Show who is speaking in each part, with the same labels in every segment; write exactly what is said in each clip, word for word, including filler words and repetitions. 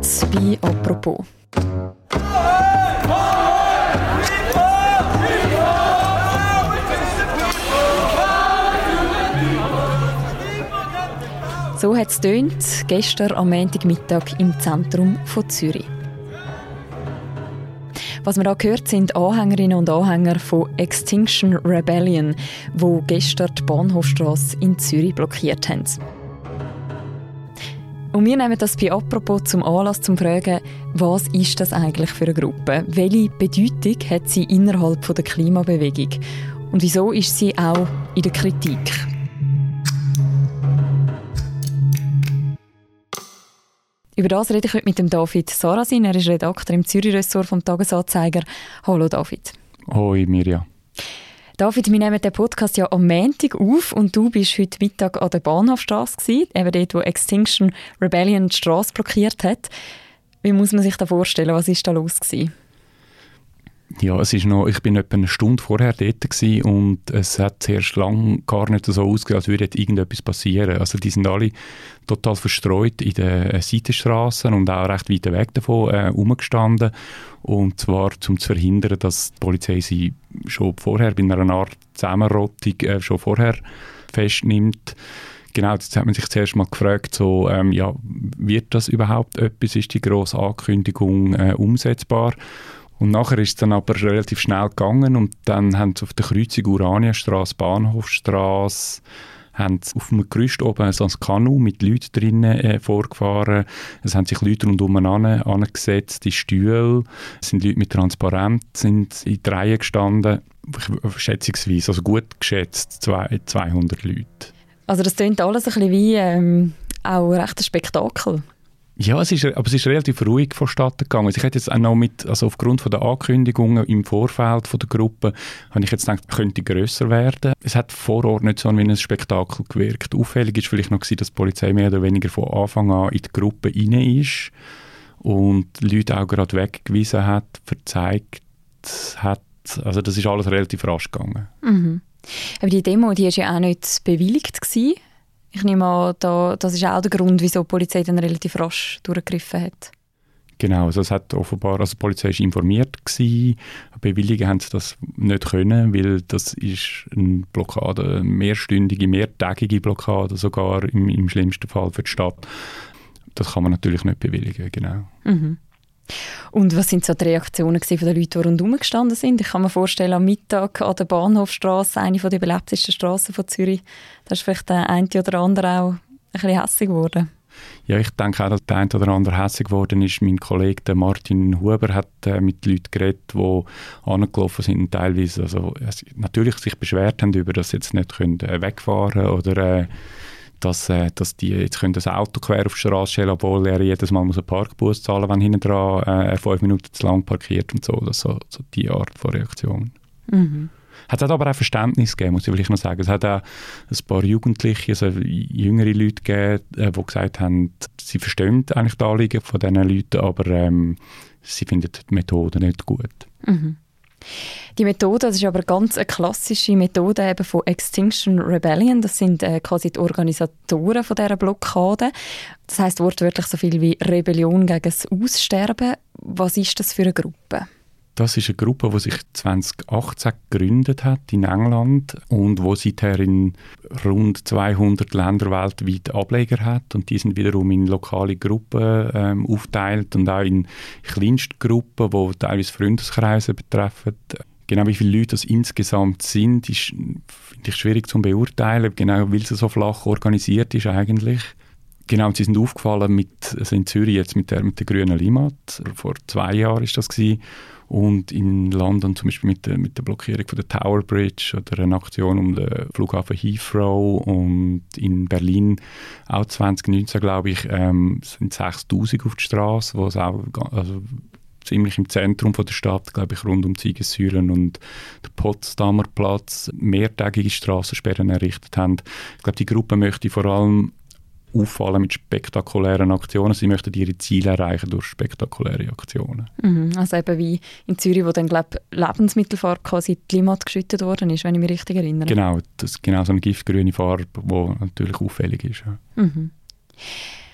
Speaker 1: heute bei «Apropos». So hat es getönt, gestern am Montagmittag im Zentrum von Zürich. Was wir hier gehört, sind Anhängerinnen und Anhänger von Extinction Rebellion, die gestern die Bahnhofstrasse in Zürich blockiert haben. Und wir nehmen das bei «Apropos» zum Anlass, zum fragen, was ist das eigentlich für eine Gruppe? Welche Bedeutung hat sie innerhalb der Klimabewegung? Und wieso ist sie auch in der Kritik? Über das rede ich heute mit dem David Sarasin. Er ist Redakteur im Zürich-Ressort vom Tagesanzeiger. Hallo David.
Speaker 2: Hoi Mirja.
Speaker 1: David, wir nehmen den Podcast ja am Montag auf und du bist heute Mittag an der Bahnhofstrasse gewesen, eben dort, wo Extinction Rebellion die Strasse blockiert hat. Wie muss man sich das vorstellen? Was war da los gewesen?
Speaker 2: Ja, es ist noch, ich bin etwa eine Stunde vorher dort gewesen und es hat zuerst lange gar nicht so ausgesehen, als würde irgendetwas passieren. Also die sind alle total verstreut in den äh, Seitenstrassen und auch recht weit weg davon äh, rumgestanden. Und zwar, um zu verhindern, dass die Polizei sie schon vorher bei einer Art Zusammenrottung äh, schon vorher festnimmt. Genau, jetzt hat man sich zuerst mal gefragt, so, ähm, ja, wird das überhaupt etwas? Ist die grosse Ankündigung äh, umsetzbar? Und nachher ist es dann aber relativ schnell gegangen und dann haben sie auf der Kreuzung Uranienstrasse, Bahnhofstrasse, haben sie auf einem Gerüst oben so ein Kanu mit Leuten drinnen äh, vorgefahren. Es haben sich Leute rundum angesetzt, die Stühle, es sind Leute mit Transparent, sind in der Reihe gestanden, schätzungsweise, also gut geschätzt, zweihundert Leute.
Speaker 1: Also das klingt alles ein bisschen wie ähm, auch recht ein Spektakel.
Speaker 2: Ja, es ist, aber es ist relativ ruhig vonstatten gegangen. Also ich hätte jetzt auch noch mit, also aufgrund von der Ankündigungen im Vorfeld von der Gruppe, habe ich jetzt gedacht, könnte grösser werden. Es hat vor Ort nicht so wie ein Spektakel gewirkt. Auffällig ist vielleicht noch gewesen, dass die Polizei mehr oder weniger von Anfang an in die Gruppe rein ist und die Leute auch gerade weggewiesen hat, verzeigt hat. Also das ist alles relativ rasch gegangen.
Speaker 1: Mhm. Aber die Demo, die war ja auch nicht bewilligt gewesen. Ich nehme an, da, das ist auch der Grund, wieso die Polizei dann relativ rasch durchgegriffen hat.
Speaker 2: Genau, also es hat offenbar, also die Polizei war informiert gewesen, bewilligen haben sie das nicht können, weil das ist eine Blockade, eine mehrstündige, mehrtägige Blockade sogar im, im schlimmsten Fall für die Stadt. Das kann man natürlich nicht bewilligen, genau.
Speaker 1: Mhm. Und was sind so die Reaktionen von den Leuten, die rundherum gestanden sind? Ich kann mir vorstellen, am Mittag an der Bahnhofstrasse, eine der belebtesten Strassen von Zürich, da ist vielleicht der eine oder andere auch ein bisschen hässig geworden.
Speaker 2: Ja, ich denke auch, dass der eine oder andere hässig geworden ist. Mein Kollege der Martin Huber hat äh, mit Leuten geredet, die angelaufen sind und teilweise also, also, natürlich sich beschwert haben über, dass sie jetzt nicht können, äh, wegfahren können oder äh, dass, äh, dass die jetzt können das Auto quer auf die Straße stellen, obwohl er jedes Mal muss einen Parkbus zahlen muss, wenn hinten dran äh, er fünf Minuten zu lang parkiert und so. Das so, so die Art von Reaktion.
Speaker 1: Mhm.
Speaker 2: Es hat aber auch Verständnis gegeben, muss ich vielleicht noch sagen. Es hat auch ein paar Jugendliche, also jüngere Leute gegeben, äh, die gesagt haben, sie verstehen eigentlich die Anliegen von diesen Leuten, aber ähm, sie finden die Methode nicht gut.
Speaker 1: Mhm. Die Methode, das ist aber ganz eine klassische Methode eben von Extinction Rebellion. Das sind äh, quasi die Organisatoren von dieser Blockade. Das heisst wortwörtlich so viel wie Rebellion gegen das Aussterben. Was ist das für eine Gruppe?
Speaker 2: Das ist eine Gruppe, die sich zwanzig achtzehn gegründet hat in England und wo seither in rund zweihundert Ländern weltweit Ableger hat. Und die sind wiederum in lokale Gruppen ähm, aufgeteilt und auch in kleinste Gruppen, die teilweise Freundeskreise betreffen. Genau wie viele Leute das insgesamt sind, ist finde ich schwierig zu beurteilen, genau weil es so flach organisiert ist eigentlich. Genau, sie sind aufgefallen mit, also in Zürich jetzt mit der, mit der grünen Limmat. Vor zwei Jahren ist das gewesen. Und in London zum Beispiel mit der, mit der Blockierung von der Tower Bridge oder eine Aktion um den Flughafen Heathrow. Und in Berlin auch zwanzig neunzehn, glaube ich, ähm, sind sechstausend auf der Straße, wo es auch also ziemlich im Zentrum von der Stadt, glaube ich, rund um die Siegessäulen und den Potsdamer Platz mehrtägige Strassensperren errichtet haben. Ich glaube, die Gruppe möchte vor allem auffallen mit spektakulären Aktionen. Sie möchten ihre Ziele erreichen durch spektakuläre Aktionen.
Speaker 1: Mhm, also eben wie in Zürich, wo dann glaub, Lebensmittelfarbe quasi die Limmat geschüttet worden ist, wenn ich mich richtig erinnere.
Speaker 2: Genau, das ist genau so eine giftgrüne Farbe, die natürlich auffällig ist. Ja.
Speaker 1: Mhm.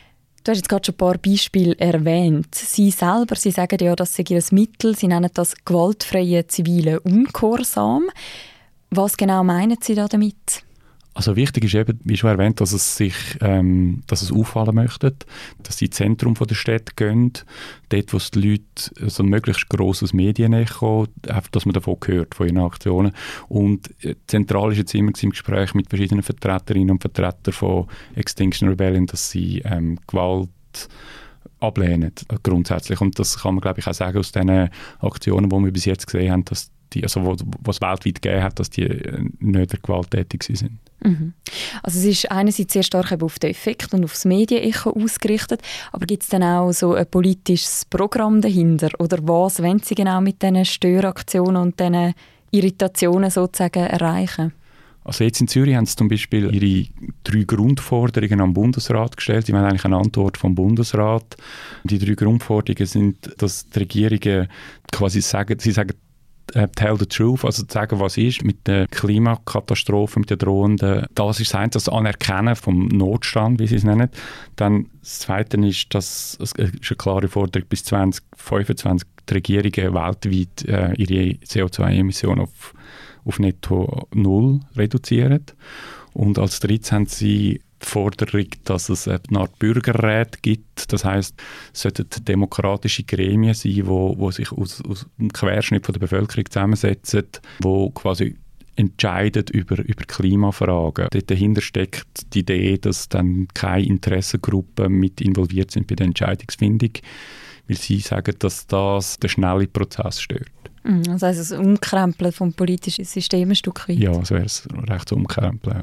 Speaker 1: Du hast jetzt gerade schon ein paar Beispiele erwähnt. Sie selber, Sie sagen ja, das sei ihr Mittel, Sie nennen das gewaltfreie zivile Ungehorsam. Was genau meinen Sie da damit?
Speaker 2: Also wichtig ist eben, wie schon erwähnt, dass es sich, ähm, dass es auffallen möchten, dass sie ins Zentrum der Stadt gehen, dort, wo die Leute so ein möglichst grosses Medienecho, einfach, dass man davon hört, von ihren Aktionen. Und äh, zentral ist jetzt immer im Gespräch mit verschiedenen Vertreterinnen und Vertretern von Extinction Rebellion, dass sie ähm, Gewalt ablehnen, grundsätzlich. Und das kann man, glaube ich, auch sagen aus den Aktionen, die wir bis jetzt gesehen haben, dass die, also wo, was es weltweit gegeben hat, dass die nicht gewalttätig sind.
Speaker 1: Mhm. Also es ist einerseits sehr stark eben auf den Effekt und auf das Medienecho ausgerichtet, aber gibt es dann auch so ein politisches Programm dahinter? Oder was wollen Sie genau mit diesen Störaktionen und diesen Irritationen sozusagen erreichen?
Speaker 2: Also jetzt in Zürich haben sie zum Beispiel ihre drei Grundforderungen am Bundesrat gestellt. Sie wollen eigentlich eine Antwort vom Bundesrat. Die drei Grundforderungen sind, dass die Regierungen quasi sagen, sie sagen, tell the truth, also sagen, was ist mit der Klimakatastrophe, mit der drohenden. Das ist das, das Anerkennen vom Notstand, wie sie es nennen. Dann das Zweite ist, dass es ist eine klare Forderung, bis zwanzig fünfundzwanzig die Regierungen weltweit äh, ihre C O zwei Emissionen auf, auf netto null reduzieren. Und als Drittes haben sie die Forderung, dass es eine Art Bürgerrat gibt. Das heisst, es sollten demokratische Gremien sein, die wo, wo sich aus, aus einem Querschnitt von der Bevölkerung zusammensetzen, die quasi entscheiden über, über Klimafragen. Dort dahinter steckt die Idee, dass dann keine Interessengruppen mit involviert sind bei der Entscheidungsfindung, weil sie sagen, dass das den schnellen Prozess stört.
Speaker 1: Das heisst, das Umkrempeln vom politischen System ein Stück weit.
Speaker 2: Ja, so wäre es recht so umkrempeln. Ja.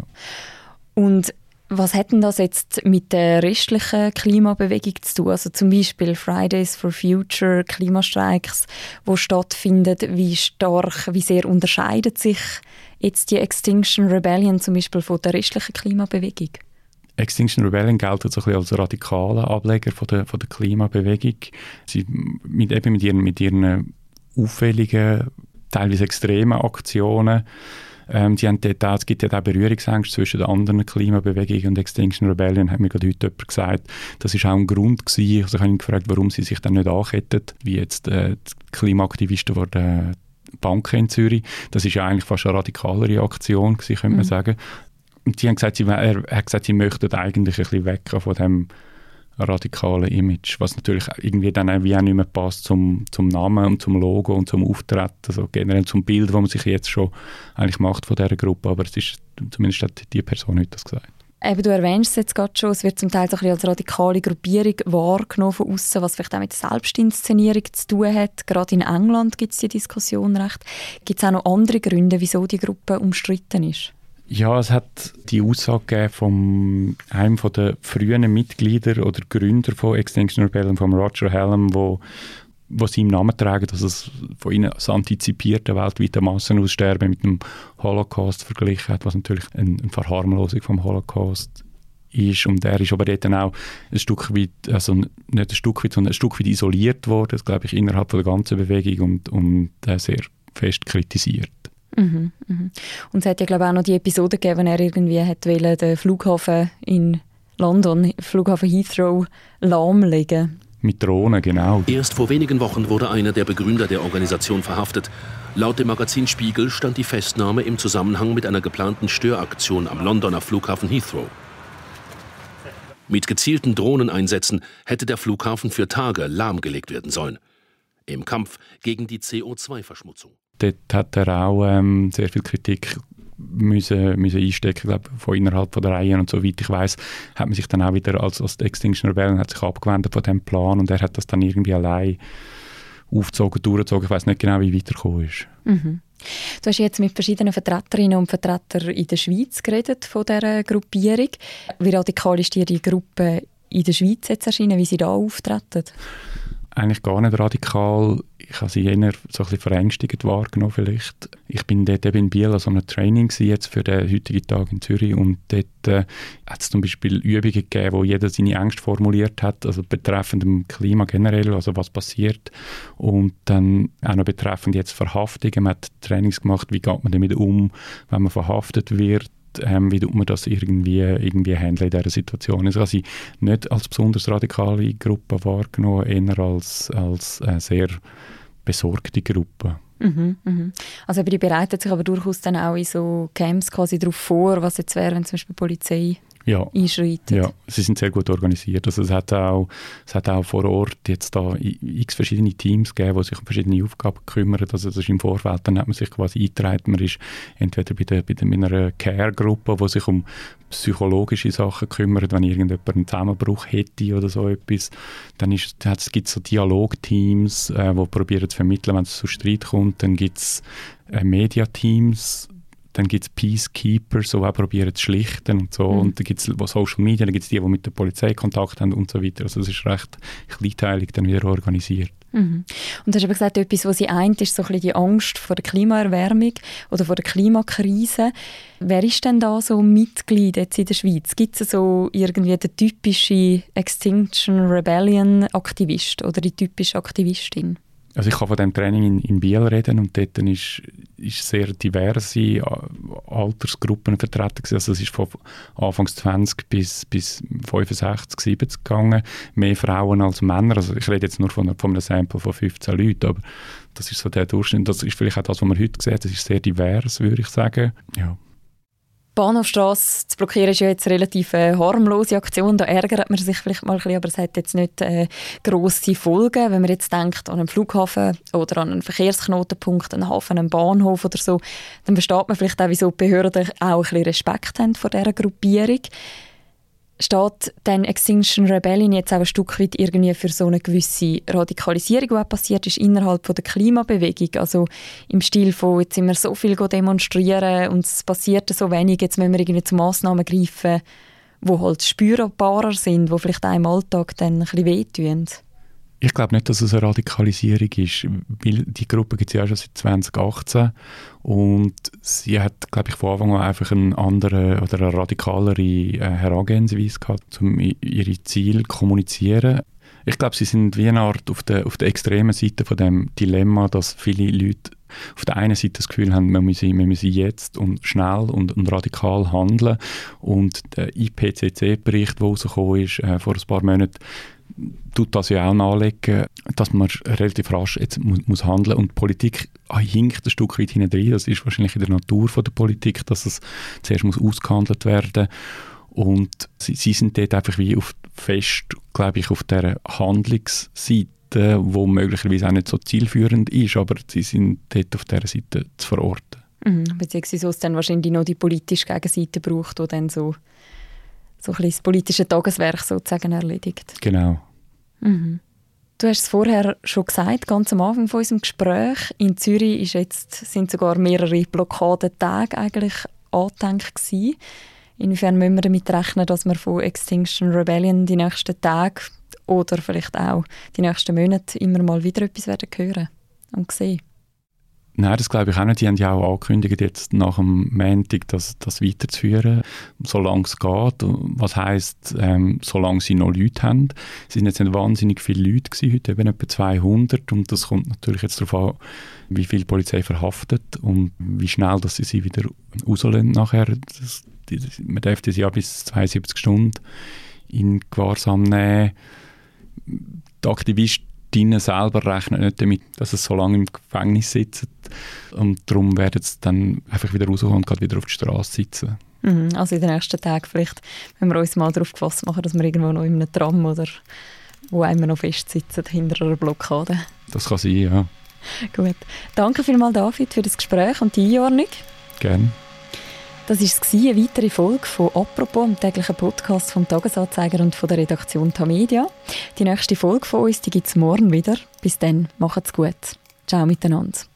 Speaker 1: Und was hat denn das jetzt mit der restlichen Klimabewegung zu tun? Also zum Beispiel Fridays for Future, Klimastreiks, die stattfinden. Wie stark, wie sehr unterscheidet sich jetzt die Extinction Rebellion zum Beispiel von der restlichen Klimabewegung?
Speaker 2: Extinction Rebellion gilt so ein bisschen als radikaler Ableger von der, von der Klimabewegung. Sie mit, eben mit ihren, mit ihren auffälligen, teilweise extremen Aktionen. Ähm, die haben dort auch, es gibt ja auch Berührungsängste zwischen den anderen Klimabewegungen und Extinction Rebellion, hat mir gerade heute jemand gesagt. Das war auch ein Grund gewesen. Also ich habe ihn gefragt, warum sie sich dann nicht anketten, wie jetzt äh, die Klimaaktivisten von der Banken in Zürich. Das ist ja eigentlich fast eine radikalere Aktion gewesen, könnte man mhm. sagen. Und sie haben gesagt, sie, er hat gesagt, sie möchten eigentlich ein bisschen weg von dem radikalen Image, was natürlich irgendwie dann auch wie auch nicht mehr passt zum, zum Namen und zum Logo und zum Auftreten, also generell zum Bild, das man sich jetzt schon eigentlich macht von dieser Gruppe, aber es ist, zumindest hat die Person heute das gesagt.
Speaker 1: Eben, du erwähnst es jetzt gerade schon, es wird zum Teil so ein bisschen als radikale Gruppierung wahrgenommen von außen, was vielleicht auch mit der Selbstinszenierung zu tun hat. Gerade in England gibt es die Diskussion recht. Gibt es auch noch andere Gründe, wieso die Gruppe umstritten ist?
Speaker 2: Ja, es hat die Aussage gegeben von einem der frühen Mitglieder oder Gründer von Extinction Rebellion, von Roger Hallam, wo, wo sie im Namen tragen, dass es von ihnen das antizipierte weltweite Massenaussterben mit dem Holocaust verglichen hat, was natürlich eine, eine Verharmlosung vom Holocaust ist. Und er ist aber dort dann auch ein Stück weit, also nicht ein Stück weit, sondern ein Stück weit isoliert worden, das glaube ich, innerhalb von der ganzen Bewegung und, und äh, sehr fest kritisiert.
Speaker 1: Mhm, mhm. Und es hat ja, glaube ich, auch noch die Episode gegeben, wenn er irgendwie hat wollen, den Flughafen in London, Flughafen Heathrow, lahmlegen.
Speaker 2: Mit Drohnen, genau.
Speaker 3: Erst vor wenigen Wochen wurde einer der Begründer der Organisation verhaftet. Laut dem Magazin Spiegel stand die Festnahme im Zusammenhang mit einer geplanten Störaktion am Londoner Flughafen Heathrow. Mit gezielten Drohneneinsätzen hätte der Flughafen für Tage lahmgelegt werden sollen. Im Kampf gegen die C O zwei Verschmutzung.
Speaker 2: Dort hat er auch ähm, sehr viel Kritik müssen, müssen einstecken, glaube von innerhalb von der Reihe. Und soweit ich weiss, hat man sich dann auch wieder als, als Extinction Rebellion hat sich abgewendet von diesem Plan und er hat das dann irgendwie allein aufgezogen, durchgezogen. Ich weiss nicht genau, wie weit er gekommen ist.
Speaker 1: Mhm. Du hast jetzt mit verschiedenen Vertreterinnen und Vertretern in der Schweiz geredet von dieser Gruppierung. Wie radikal ist dir die Gruppe in der Schweiz jetzt erschienen, wie sie da auftreten?
Speaker 2: Eigentlich gar nicht radikal. Ich habe sie eher so ein bisschen verängstigend wahrgenommen vielleicht. Ich bin dort eben in Biel an so einem Training jetzt für den heutigen Tag in Zürich und dort äh, hat es zum Beispiel Übungen gegeben, wo jeder seine Ängste formuliert hat, also betreffend dem Klima generell, also was passiert und dann auch noch betreffend jetzt Verhaftungen. Man hat Trainings gemacht, wie geht man damit um, wenn man verhaftet wird ähm, wie tut man das irgendwie, irgendwie handeln in dieser Situation. Also, ich habe sie nicht als besonders radikale Gruppe wahrgenommen, eher als, als äh, sehr besorgte Gruppe.
Speaker 1: Mhm, mhm. Also aber die bereitet sich aber durchaus dann auch in so Camps quasi darauf vor, was jetzt wäre, wenn zum Beispiel die Polizei
Speaker 2: ja.
Speaker 1: einschreitet.
Speaker 2: Ja, sie sind sehr gut organisiert. Also es hat auch, es hat auch vor Ort jetzt da x verschiedene Teams gegeben, die sich um verschiedene Aufgaben kümmern. Also das ist im Vorfeld, dann hat man sich quasi eingetragen, man ist entweder bei, der, bei, der, bei einer Care-Gruppe, die sich um psychologische Sachen kümmert, wenn irgendjemand einen Zusammenbruch hätte oder so etwas. Dann gibt es so Dialogteams, äh, die probieren zu vermitteln, wenn es zu Streit kommt. Dann gibt es äh, Mediateams. Dann gibt es Peacekeepers, die auch probieren zu schlichten und so. Mhm. Und dann gibt es Social Media, dann gibt es die, die mit der Polizei Kontakt haben und so weiter. Also es ist recht kleinteilig dann wieder organisiert.
Speaker 1: Mhm. Und du hast aber gesagt, etwas, was sie eint, ist so ein bisschen die Angst vor der Klimaerwärmung oder vor der Klimakrise. Wer ist denn da so Mitglied jetzt in der Schweiz? Gibt es so irgendwie den typischen Extinction Rebellion Aktivist oder die typische Aktivistin?
Speaker 2: Also ich kann von diesem Training in, in Biel reden und dort ist, ist sehr diverse Altersgruppen vertreten gewesen. Also es ist von Anfangs zwanzig bis, bis fünfundsechzig, siebzig gegangen. Mehr Frauen als Männer. Also ich rede jetzt nur von, von einem Sample von fünfzehn Leuten, aber das ist so der Durchschnitt. Das ist vielleicht auch das, was man heute sieht. Das ist sehr divers, würde ich sagen. Ja.
Speaker 1: Die Bahnhofstrasse zu blockieren ist ja jetzt eine relativ äh, harmlose Aktion. Da ärgert man sich vielleicht mal ein bisschen, aber es hat jetzt nicht äh, grosse Folgen. Wenn man jetzt denkt an einen Flughafen oder an einen Verkehrsknotenpunkt, einen Hafen, einen Bahnhof oder so, dann versteht man vielleicht auch, wieso die Behörden auch ein bisschen Respekt haben vor dieser Gruppierung. Steht dann Extinction Rebellion jetzt auch ein Stück weit irgendwie für so eine gewisse Radikalisierung, die auch passiert ist innerhalb von der Klimabewegung? Also im Stil von, jetzt sind wir so viel demonstrieren und es passiert so wenig, jetzt müssen wir irgendwie zu Massnahmen greifen, die halt spürbarer sind, die vielleicht auch im Alltag dann ein bisschen wehtun.
Speaker 2: Ich glaube nicht, dass es eine Radikalisierung ist, weil die Gruppe gibt es ja schon seit zwanzig achtzehn und sie hat, glaube ich, von Anfang an einfach eine andere oder eine radikalere äh, Herangehensweise gehabt, um ihre Ziele zu kommunizieren. Ich glaube, sie sind wie eine Art auf der, auf der extremen Seite von dem Dilemma, dass viele Leute auf der einen Seite das Gefühl haben, wir müssen, wir müssen jetzt und schnell und, und radikal handeln. Und der I P C C-Bericht, der rausgekommen ist äh, vor ein paar Monaten, tut das ja auch nahelegen, dass man relativ rasch jetzt muss, muss handeln und die Politik hinkt ein Stück weit hinein. Das ist wahrscheinlich in der Natur von der Politik, dass es zuerst muss ausgehandelt werden muss. Und sie, sie sind dort einfach wie auf, fest, glaube ich, auf dieser Handlungsseite, wo möglicherweise auch nicht so zielführend ist, aber sie sind dort auf dieser Seite zu verorten.
Speaker 1: Mhm, beziehungsweise es dann wahrscheinlich noch die politische Gegenseite braucht, die dann so so ein bisschen das politische Tageswerk sozusagen erledigt.
Speaker 2: Genau.
Speaker 1: Mhm. Du hast es vorher schon gesagt, ganz am Anfang von unserem Gespräch. In Zürich ist jetzt, sind sogar mehrere Blockadentage eigentlich angedenkt gewesen. Inwiefern müssen wir damit rechnen, dass wir von Extinction Rebellion die nächsten Tage oder vielleicht auch die nächsten Monate immer mal wieder etwas werden hören und sehen?
Speaker 2: Nein, das glaube ich auch nicht. Die haben ja auch angekündigt, jetzt nach dem Montag das, das weiterzuführen, solange es geht. Was heisst, ähm, solange sie noch Leute haben. Es sind jetzt nicht wahnsinnig viele Leute gewesen, heute eben etwa zweihundert. Und das kommt natürlich jetzt darauf an, wie viel die Polizei verhaftet und wie schnell dass sie sie wieder rauslassen nachher. Das, die, man darf sie ja bis zweiundsiebzig Stunden in Gewahrsam nehmen. Die Aktivisten die selber rechnen nicht damit, dass sie so lange im Gefängnis sitzen. Und darum werden sie dann einfach wieder rauskommen und wieder auf die Straße sitzen.
Speaker 1: Mhm, also in den nächsten Tagen vielleicht, wenn wir uns mal darauf gefasst machen, dass wir irgendwo noch in einem Tram oder wo immer noch festsitzen hinter einer Blockade.
Speaker 2: Das kann sein, ja.
Speaker 1: Gut. Danke vielmals, David, für das Gespräch und die Einordnung.
Speaker 2: Gerne.
Speaker 1: Das war eine weitere Folge von «Apropos», dem täglichen Podcast vom «Tagesanzeiger» und von der Redaktion Tamedia. Die nächste Folge von uns gibt es morgen wieder. Bis dann, macht's gut. Ciao miteinander.